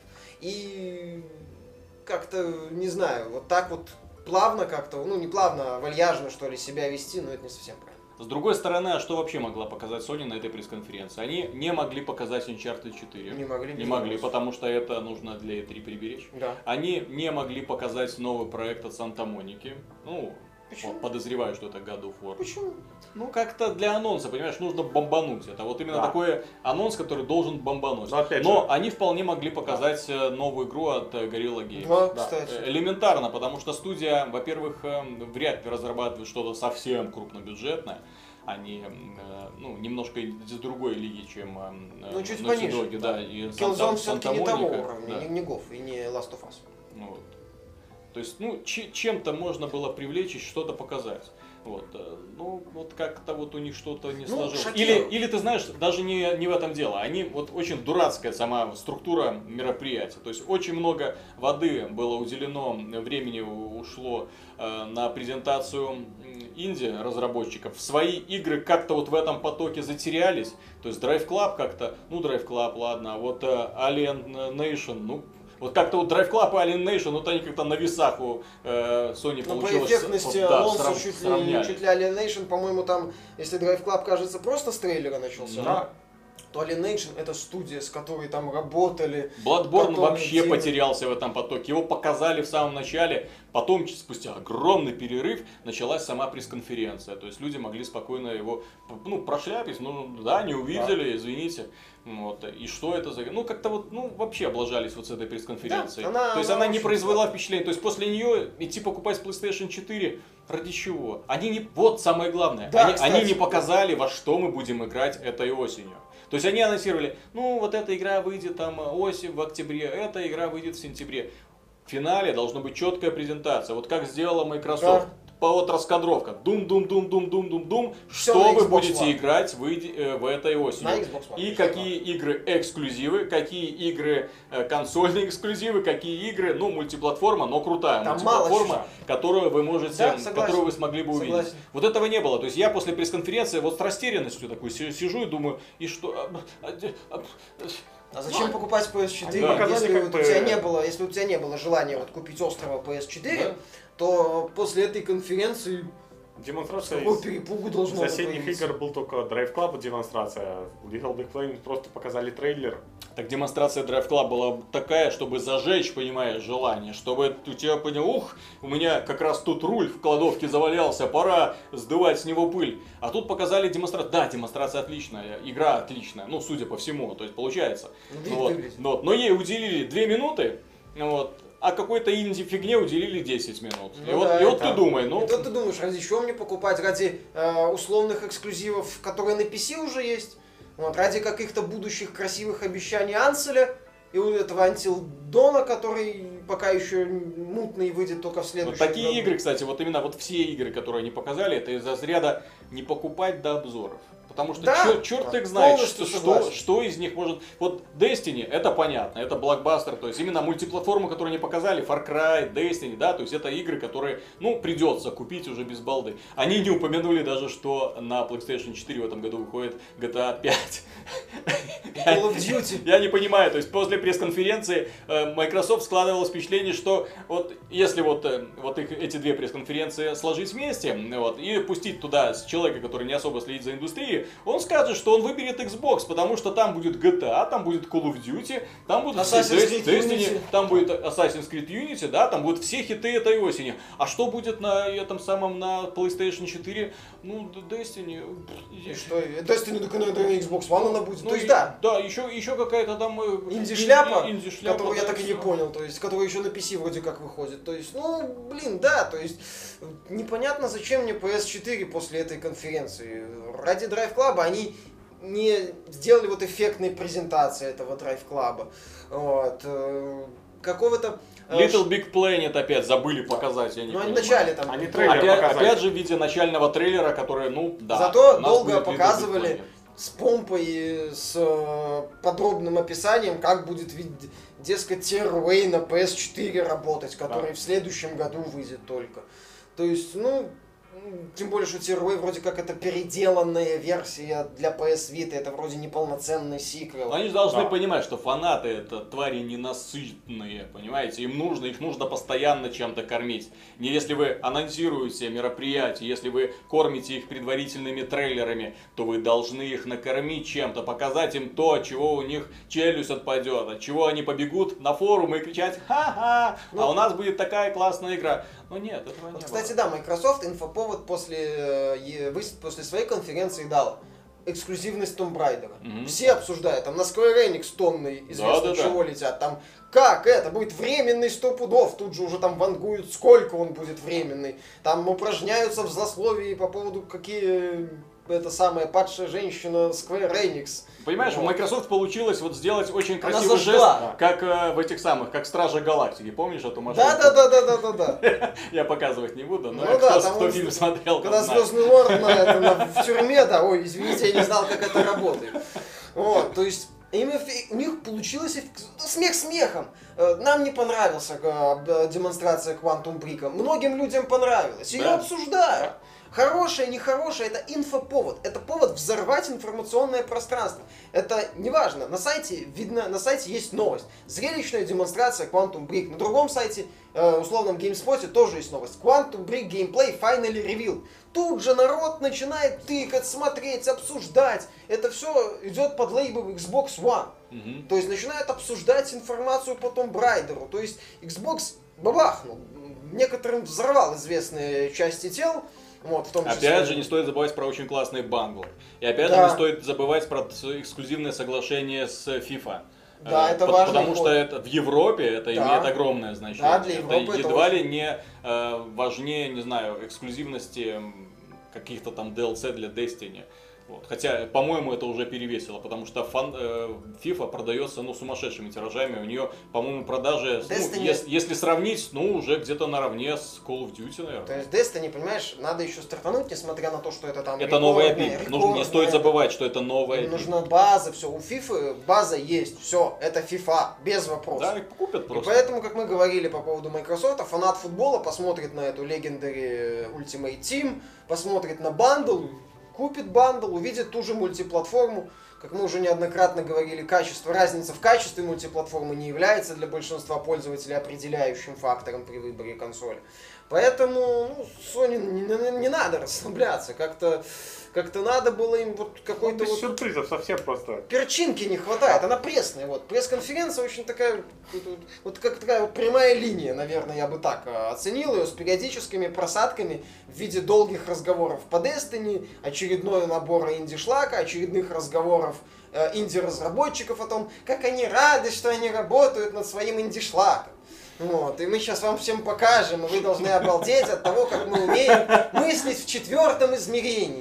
И как-то, не знаю, вот так вот плавно как-то, ну не плавно, а вальяжно, что ли, себя вести, но это не совсем правильно. С другой стороны, а что вообще могла показать Sony на этой пресс-конференции? Они не могли показать Uncharted четыре. Не могли. Не могли, потому что это нужно для и три приберечь. Да. Они не могли показать новый проект от Санта-Моники. Ну, Почему? подозреваю, что это God of War. Почему? Ну, как-то для анонса, понимаешь, нужно бомбануть. Это вот именно Да. такой анонс, который должен бомбануть. Но опять Но же- они вполне могли показать э, новую игру от э, Guerrilla Games. Да, Да. кстати. Э, Элементарно, потому что студия, во-первых, э, вряд ли разрабатывает что-то совсем крупнобюджетное. Они э, ну, немножко из другой лиги, чем э, Ну, чуть Naughty пониже, Dog, да. да, и Killzone Santa- все-таки Santa не того Monica, уровня, да. не, не гоф и не Last of Us. Ну вот. То есть, ну, че- чем-то можно было привлечь и что-то показать. Вот. э, Ну, вот как-то вот у них что-то не Ну, сложилось. шокирует. Или, или ты знаешь, даже не, не в этом дело. Они, вот очень дурацкая сама структура мероприятия. То есть, очень много воды было уделено, времени у- ушло э, на презентацию м, инди-разработчиков. Свои игры как-то вот в этом потоке затерялись. То есть, Drive Club как-то, ну, Drive Club, ладно, а вот э, Alien Nation, ну, вот как-то вот Drive Club и Alien Nation, вот они как-то на весах у э, Sony Но по получилось. эффектности вот, да, анонса срав- чуть, ли, сравняли. чуть ли Alienation, по-моему, там, если Drive Club, кажется, просто с трейлера начался, Да. то Alienation это студия, с которой там работали. Bloodborne Потом вообще делали- потерялся в этом потоке. Его показали в самом начале, потом, спустя огромный перерыв, началась сама пресс-конференция. То есть люди могли спокойно его, ну, прошляпить, ну, да, не увидели, извините. Вот. И что это за... Ну, как-то вот, ну, вообще облажались вот с этой пресс-конференцией. Да, она- То есть она она не очень произвела слабая. впечатления. То есть после нее идти покупать PlayStation четыре ради чего? Они не... Вот самое главное. Да, они, кстати. они не показали, во что мы будем играть этой осенью. То есть они анонсировали, ну, вот эта игра выйдет там осень, в октябре, эта игра выйдет в сентябре. В финале должна быть четкая презентация. Вот как сделала Microsoft. Да. По вот раскадровка. Дум, дум, дум, дум, дум, дум, дум. Всё Что на вы Xbox будете One. играть выйди- э, в этой осенью. На Xbox One, И всё, какие игры эксклюзивы, какие игры э, консольные эксклюзивы, какие игры, ну, мультиплатформа, но крутая Там мало мультиплатформа, которую вы можете, Да, согласен. которую вы смогли бы увидеть. Согласен. Вот этого не было. То есть я после пресс-конференции вот с растерянностью такой си- сижу и думаю, и что... а, а, а, А зачем покупать пи эс четыре, Они показали, если как вот бы- у тебя не было, если у тебя не было желания вот купить острова пи эс четыре, Да. то после этой конференции с демонстрация какого из перепугу должно соседних появиться? игр был только Drive Club демонстрация. Little Big Planet просто показали трейлер. Так демонстрация Drive Club была такая, чтобы зажечь, понимаешь, желание, чтобы у тебя понял, ух, у меня как раз тут руль в кладовке завалялся, пора сдувать с него пыль. А тут показали демонстрацию. Да, демонстрация отличная, игра отличная, ну, судя по всему, то есть получается. Ну, вид Вот. выглядит. Вот. Но ей уделили две минуты, вот, а какой-то инди-фигне уделили десять минут. и Ну вот, да, и вот это- ты думай, ну... И то ты думаешь, ради чего мне покупать? Ради э, условных эксклюзивов, которые на пи си уже есть? Вот, ради каких-то будущих красивых обещаний Анселя и у этого Until Dawn, который пока еще мутный, выйдет только в следующем Вот такие году. игры, кстати, вот именно вот все игры, которые они показали, это из разряда не покупать до обзоров. Потому что Да, черт, черт да, их знает, полностью что, что, согласен. что из них может... Вот Destiny, это понятно, это блокбастер, то есть именно мультиплатформу, которую они показали, Far Cry, Destiny, да, то есть это игры, которые, ну, придется купить уже без балды. Они не упомянули даже, что на PlayStation четыре в этом году выходит джи ти эй пять. Call of Duty. Я не понимаю, то есть после пресс-конференции э, Microsoft складывалось впечатление, что вот если вот, э, вот их, эти две пресс-конференции сложить вместе, вот, и пустить туда человека, который не особо следит за индустрией, он скажет, что он выберет Xbox, потому что там будет джи ти эй, там будет Call of Duty, там будут все Assassin's Creed Destiny, Unity. там будет Assassin's Creed Unity, да, там будут все хиты этой осени. А что будет на этом самом, на PlayStation четыре? Ну, Destiny... И что, Destiny только на Xbox One она будет. Ну, То есть и- да, Да, еще, еще какая-то там... э, инди-шляпа, ин- инди-шляпа, которую я да, так и не всё. понял, то есть, которая еще на пи си вроде как выходит. То есть, ну, блин, да, то есть, непонятно, зачем мне пи эс четыре после этой конференции. Ради Drive Club они не сделали вот эффектной презентации этого Drive Club. Вот. э, Какого-то... э, Little Big Planet опять забыли показать, я не Ну, они понимаю. вначале там... Они трейлер Опять, показали. опять же в виде начального трейлера, который, ну, да. Зато у нас долго будет Little Big показывали Planet. с помпой, с э, подробным описанием, как будет, вид- дескать, Tearaway на пи эс четыре работать, который Да. в следующем году выйдет только. То есть, ну, м, тем более, что Tearaway вроде как это переделанная версия для пи эс Vita, это вроде неполноценный сиквел. Но они же должны Да. понимать, что фанаты это твари ненасытные, понимаете? Им нужно, их нужно постоянно чем-то кормить. Не если вы анонсируете мероприятие, если вы кормите их предварительными трейлерами, то вы должны их накормить чем-то, показать им то, от чего у них челюсть отпадет, от чего они побегут на форумы и кричать «Ха-ха! Ну, а у нас будет такая классная игра». Но нет, этого не Вот, было. кстати, да, Microsoft инфоповод после, э, е- выс- после своей конференции дал. Эксклюзивность Tomb Raider. Мгм. Все обсуждают, там на Square Enix тонны известно Да-да-да. чего летят, там как это будет временный сто пудов, тут же уже там вангуют, сколько он будет временный, там упражняются в злословии по поводу какие это самая падшая женщина Square Enix. Понимаешь, у Вот. Microsoft получилось вот сделать очень Она красивый зажгла. жест, как э, в этих самых, как Стражи Галактики. Помнишь эту машину? Да, да, да, да, да, да, да. Я показывать не буду, но Ну кто, да, там кто он- фильм смотрел, тот Когда знает. Звездный Лорд на, это, на- в тюрьме, да, ой, извините, я не знал, как это работает. Вот, то есть, им эффе- у них получилось эфф- ну, смех смехом. Э, Нам не понравилась э, демонстрация Quantum Break. Многим людям понравилось. Ее Да. обсуждают. Хорошее, нехорошее, это инфоповод. Это повод взорвать информационное пространство. Это неважно. На сайте видно, на сайте есть новость. Зрелищная демонстрация Quantum Break. На другом сайте, э, условном GameSpot, тоже есть новость. Quantum Break Gameplay Finally Revealed. Тут же народ начинает тыкать, смотреть, обсуждать. Это все идет под лейбл Xbox One. Мгм. То есть начинают обсуждать информацию по Tomb Raider. То есть Xbox бабахнул. Некоторым взорвал известные части тел. Вот, в том числе. Опять же, не стоит забывать про очень классные банглы. И опять Да. же, не стоит забывать про ц- эксклюзивное соглашение с FIFA. Да, Э, это по- важный Потому ход. что это в Европе это Да. имеет огромное значение. Да, для Европы это едва очень- ли не э, важнее, не знаю, эксклюзивности м, каких-то там ди эл си для Destiny. Вот. Хотя, по-моему, это уже перевесило, потому что фан, э, FIFA продается ну, сумасшедшими тиражами. У нее, по-моему, продажи, ну, Destiny- ес- если сравнить, ну, уже где-то наравне с Call of Duty, наверное. То есть Destiny, понимаешь, надо еще стартануть, несмотря на то, что это там Это новый ай пи. рекордное- Нужно, не стоит рекордное. забывать, что это новый ай Им пи. нужна база, все. У FIFA база есть, все, это FIFA, без вопросов. Да, их купят И просто. поэтому, как мы говорили по поводу Microsoft, фанат футбола посмотрит на эту Legendary Ultimate Team, посмотрит на бандл, купит бандл, увидит ту же мультиплатформу. Как мы уже неоднократно говорили, качество, разница в качестве мультиплатформы не является для большинства пользователей определяющим фактором при выборе консоли. Поэтому ну, Sony не, не- не надо расслабляться, как-то как-то надо было им вот какой-то Без вот сюрпризов совсем просто. перчинки не хватает, она пресная. Вот. Пресс-конференция очень такая, вот, вот, вот как такая вот прямая линия, наверное, я бы так э, оценил ее, с периодическими просадками в виде долгих разговоров по Destiny, очередной набор инди-шлака, очередных разговоров э, инди-разработчиков о том, как они рады, что они работают над своим инди-шлаком. Вот, и мы сейчас вам всем покажем, и вы должны обалдеть от того, как мы умеем мыслить в четвертом измерении.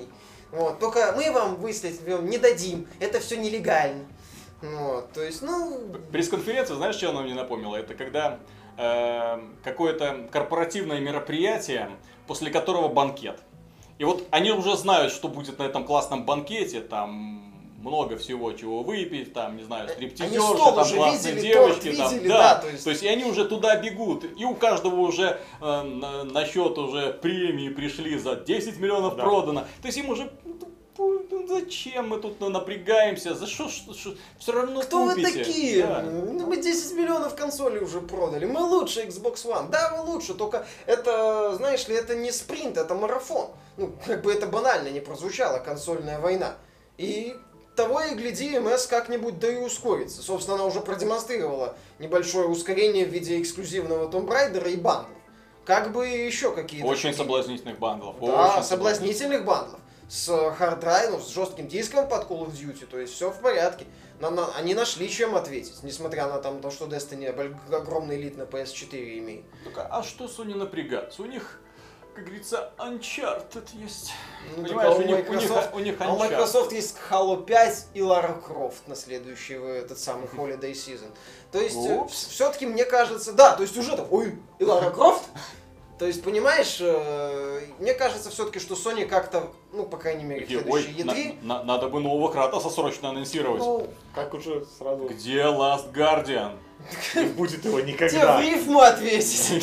Вот, только мы вам выслать не дадим, это все нелегально. Вот, то есть, ну... Пресс-конференция, знаешь, что она мне напомнила? Это когда э, какое-то корпоративное мероприятие, после которого банкет. И вот они уже знают, что будет на этом классном банкете, там много всего, чего выпить, там, не знаю, стриптизерши, там классные видели, девочки, торт там, видели, да, да, то есть... то есть и они уже туда бегут, и у каждого уже э, на, на счет уже премии пришли за десять миллионов да. продано, то есть им уже... Ну, зачем мы тут напрягаемся? За что, что, что? Все равно Кто купите. вы такие? Да. Ну, мы десять миллионов консолей уже продали. Мы лучше Xbox One. Да, вы лучше, только это, знаешь ли, это не спринт, это марафон. Ну, как бы это банально не прозвучало, консольная война. И того и гляди, эм эс как-нибудь да и ускорится. Собственно, она уже продемонстрировала небольшое ускорение в виде эксклюзивного Tomb Raider и бандлов. Как бы еще какие-то... Очень такие... соблазнительных бандлов. Да, очень соблазнительных бандлов. С харддрайвом, с жестким диском под Call of Duty, то есть все в порядке. На, на, они нашли чем ответить, несмотря на там, то, что Destiny огромный элит на пи эс четыре имеет. Так, а что Sony напрягаться? У них, как говорится, Uncharted есть. Ну, Понимаешь, а у, у, них, Microsoft, у них, у них а у Uncharted. Microsoft есть Halo пять и Lara Croft на следующий этот самый Holiday Season. То есть, все-таки мне кажется, да, то есть уже там, ой, и Lara Croft? То есть, понимаешь, э, мне кажется все-таки, что Sony как-то, ну, по крайней мере, в Где, следующей ой, и три... на, на, надо бы нового Кратоса срочно анонсировать. Ну, Как уже сразу... Где Last Guardian? Не будет его тебе никогда. в рифму ответить.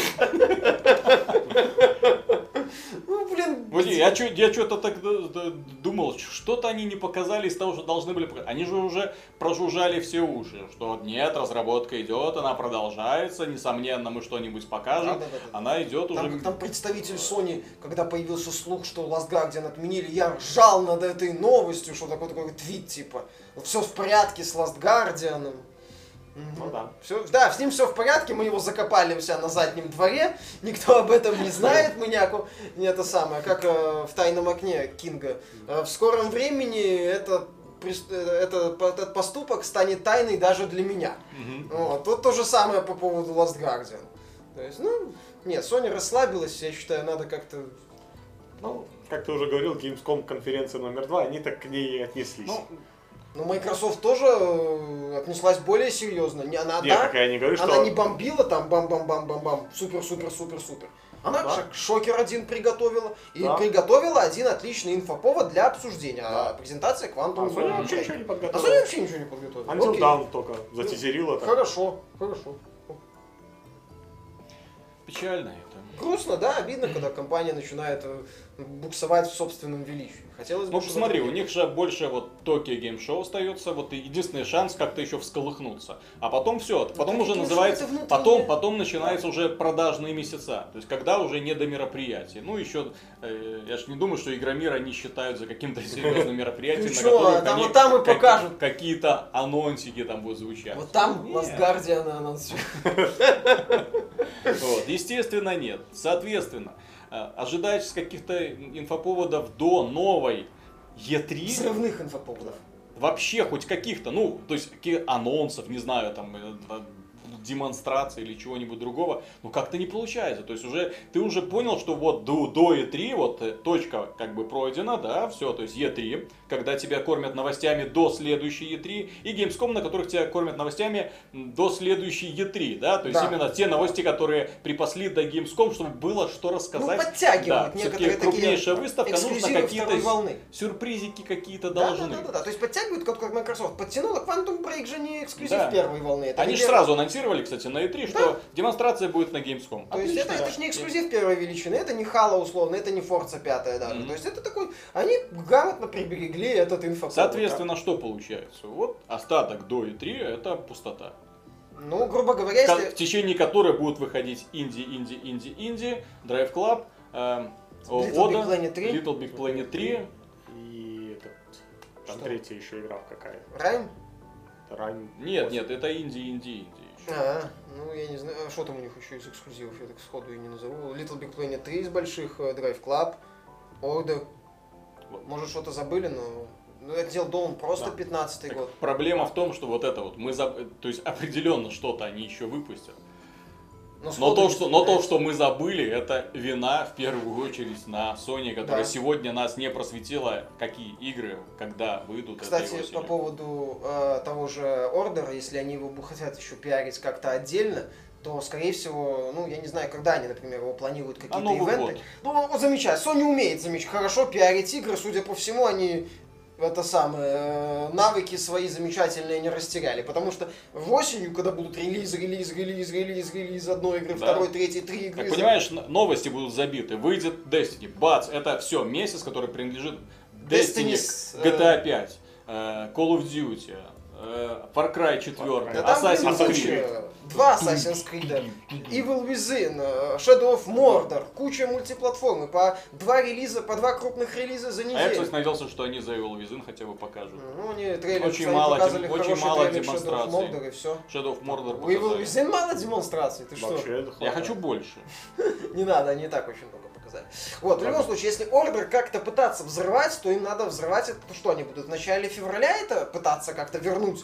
Ну, блин. Вот я, чё- я что-то так д- д- думал, что-то они не показали из того, что должны были показать. Они же уже прожужжали все уши, что нет, разработка идет, она продолжается, несомненно, мы что-нибудь покажем. Да-да-да. Она идет уже... Там, там представитель Sony, когда появился слух, что Last Guardian отменили, я ржал над этой новостью, что такой такой твит типа, все в порядке с Last Guardian. Ну да. Все, да, с ним все в порядке, мы его закопали у себя на заднем дворе, никто об этом не знает, мыняку, не это самое, как э, в «Тайном окне» Кинга. Э, в скором времени это, прис- э, это, этот поступок станет тайной даже для меня. Мгм. Вот, тут то же самое по поводу Last Guardian. То есть, ну, нет, Sony расслабилась, я считаю, надо как-то... Ну, как ты уже говорил, Gamescom конференция номер два, они так к ней и отнеслись. Ну, Ну, Microsoft тоже э, отнеслась более серьезно. Не, она, Нет, да, так я не говорю, она что... не бомбила там бам-бам-бам-бам-бам, супер-супер-супер-супер. Она Да. шок- шокер один приготовила. И Да. приготовила один отличный инфоповод для обсуждения. Да. А презентация А Quantum Sony вообще Break. ничего не А подготовила. Sony вообще ничего не подготовила. Until Окей. Dawn только затизерила. так. Хорошо, хорошо. печально это. Грустно, да, обидно, когда компания начинает э, буксовать в собственном величии. Хотелось бы, Ну чтобы посмотри, это у не них же больше вот Tokyo Game Show остается, вот и единственный шанс как-то еще всколыхнуться. А потом все, потом Tokyo уже Game Show называется, это внутреннее. потом, потом начинаются уже продажные месяца. То есть когда уже не до мероприятий. Ну еще, э, я же не думаю, что Игромир они считают за каким-то серьезным мероприятием, Ну на чё, которых там они вот там и как- покажут. какие-то анонсики там будут звучать. Вот там Нет. Last Guardian анонсирует. Вот, естественно, нет. Соответственно, э, ожидать с каких-то инфоповодов до новой и три, Взрывных инфоповодов. вообще хоть каких-то, ну, то есть каких анонсов, не знаю, там, э, э, демонстрации или чего-нибудь другого, ну как-то не получается. То есть уже ты уже понял, что вот до, до и три, вот э, точка как бы пройдена, да, все, то есть и три, когда тебя кормят новостями до следующей и три, и Gamescom, на которых тебя кормят новостями м, до следующей и три, да, то есть Да. именно те новости, которые припасли до Gamescom, чтобы было что рассказать. Ну, подтягивают Да, некоторые все-таки такие крупнейшая выставка, нужно эксклюзивы какие-то второй волны. сюрпризики какие-то Да, должны. да, да, да, да. То есть подтягивают, как, как Microsoft подтянула. Quantum Break же не эксклюзив Да. первой волны. Это Они не же первый- сразу анонсировали, кстати, на и три, что демонстрация будет на Gamescom. То есть это, Отлично. это же не эксклюзив первой величины, это не Halo условно, это не Forza пятая даже. Мгм. То есть это такой, они грамотно приберегли этот инфоповод. Соответственно, что получается? Вот остаток до и три это пустота. да. Ну, грубо говоря, Ка- если... В течение которой будут выходить инди, инди, инди, инди, Drive Club, эм, Little Ода, Big Planet три. Little Big Planet три. И этот, там Что? третья еще игра какая. Райм? Ран... Нет, нет, это инди, инди, инди еще. А, ну я не знаю, а что там у них еще из эксклюзивов, я так сходу и не назову. Little Big Planet три из больших, э, Drive Club, Order. Вот. Может что-то забыли, но... Ну, Until Dawn просто Да. пятнадцатый Так год. проблема в том, что вот это вот, мы за... то есть определенно что-то они еще выпустят. Но, Но то, что, но то, что мы забыли, это вина в первую очередь на Sony, которая Да. сегодня нас не просветила, какие игры, когда выйдут. Кстати, этой осенью. по поводу э, того же Order, если они его хотят еще пиарить как-то отдельно, то, скорее всего, ну, я не знаю, когда они, например, его планируют, какие-то А Новый ивенты. год. Ну, вот замечательно. Sony умеет замечать, хорошо пиарить игры, судя по всему, они это самое, э, навыки свои замечательные не растеряли, потому что в осенью, когда будут релиз, релиз, релиз, релиз, релиз одной игры, Да. второй, третьей, три игры. Так понимаешь, н- новости будут забиты. Выйдет Destiny, бац, это все месяц, который принадлежит Destiny, Destiny с, э, джи ти эй пять, э, Call of Duty, э, Far Cry четыре, Да там, блин, Assassin's Creed. куча. Два Assassin's Creed, Evil Within, э, Shadow of Mordor, куча мультиплатформы, по два релиза, по два крупных релиза за А я, неделю. кстати, надеялся, что они за Evil Within хотя бы покажут. Ну, они трейлер, Очень кстати, мало показывали дем- очень хороший мало трейлер Shadow of демонстраций. Mordor, и все. Shadow of Mordor У Evil показали. Within мало демонстраций, ты что? Вообще, это Я хватает. хочу больше. Не надо, они и так очень много показали. Вот, в любом случае, если Order как-то пытаться взрывать, то им надо взрывать это, что они будут в начале февраля это пытаться как-то вернуть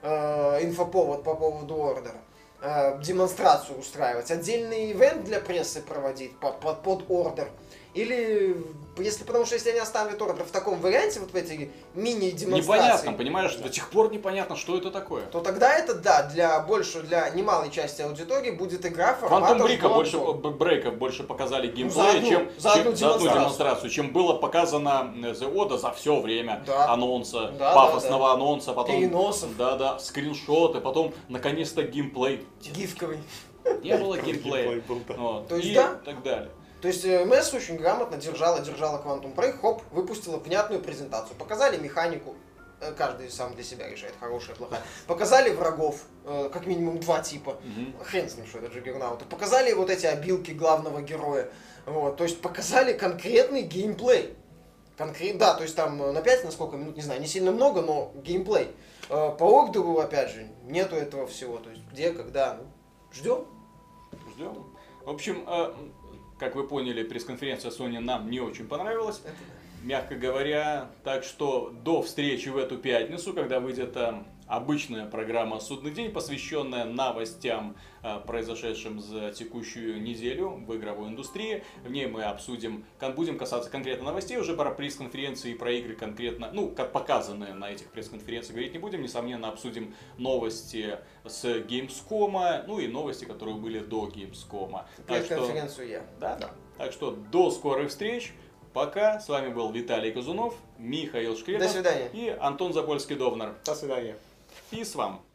э, инфоповод по поводу Order, э, демонстрацию устраивать, отдельный ивент для прессы проводить по- по- под Order. Или, если, потому что если они оставят Order в таком варианте, вот в эти мини-демонстрации, Непонятно, понимаешь, до сих пор непонятно, что это такое. то тогда это, да, для больше, для немалой части аудитории будет игра Quantum формата Break больше, обзор. б- брейков больше показали за геймплея, одну- чем, за чем- одну за одну демонстрацию. демонстрацию, чем было показано э, The Oda за все время Да. анонса, Да, пафосного да, анонса, потом Переносов. да-да, скриншоты, потом наконец-то геймплей. Гифковый. Не было Геймплей геймплея. был, да. Вот. То есть И да. так далее. То есть эм эс очень грамотно держала, держала Quantum Break, хоп, выпустила внятную презентацию. Показали механику, э, каждый сам для себя решает, хорошая, плохая. Показали врагов, э, как минимум два типа. Мгм. Хрен с ним, что это джиггернауты. Показали вот эти обилки главного героя. Вот, то есть показали конкретный геймплей. Конкрет, да, то есть там э, на пять, на сколько минут, не знаю, не сильно много, но геймплей. Э, По ордеру, опять же, нету этого всего. То есть где, когда, ну, ждем. Ждем. В общем, э, как вы поняли, пресс-конференция Sony нам не очень понравилась, Это мягко говоря. Так что до встречи в эту пятницу, когда выйдет э, обычная программа «Судный день», посвященная новостям, э, произошедшим за текущую неделю в игровой индустрии. В ней мы обсудим, кон- будем касаться конкретно новостей, уже про пресс-конференции и про игры конкретно, ну, как показанные на этих пресс-конференциях, говорить не будем. Несомненно, обсудим новости с Gamescom, ну и новости, которые были до Gamescom. Так что- пресс-конференцию я. да, да. Так что до скорых встреч. Пока. С вами был Виталий Казунов, Михаил Шкредов До свидания. и Антон Запольский-Довнер. До свидания. Пис вам.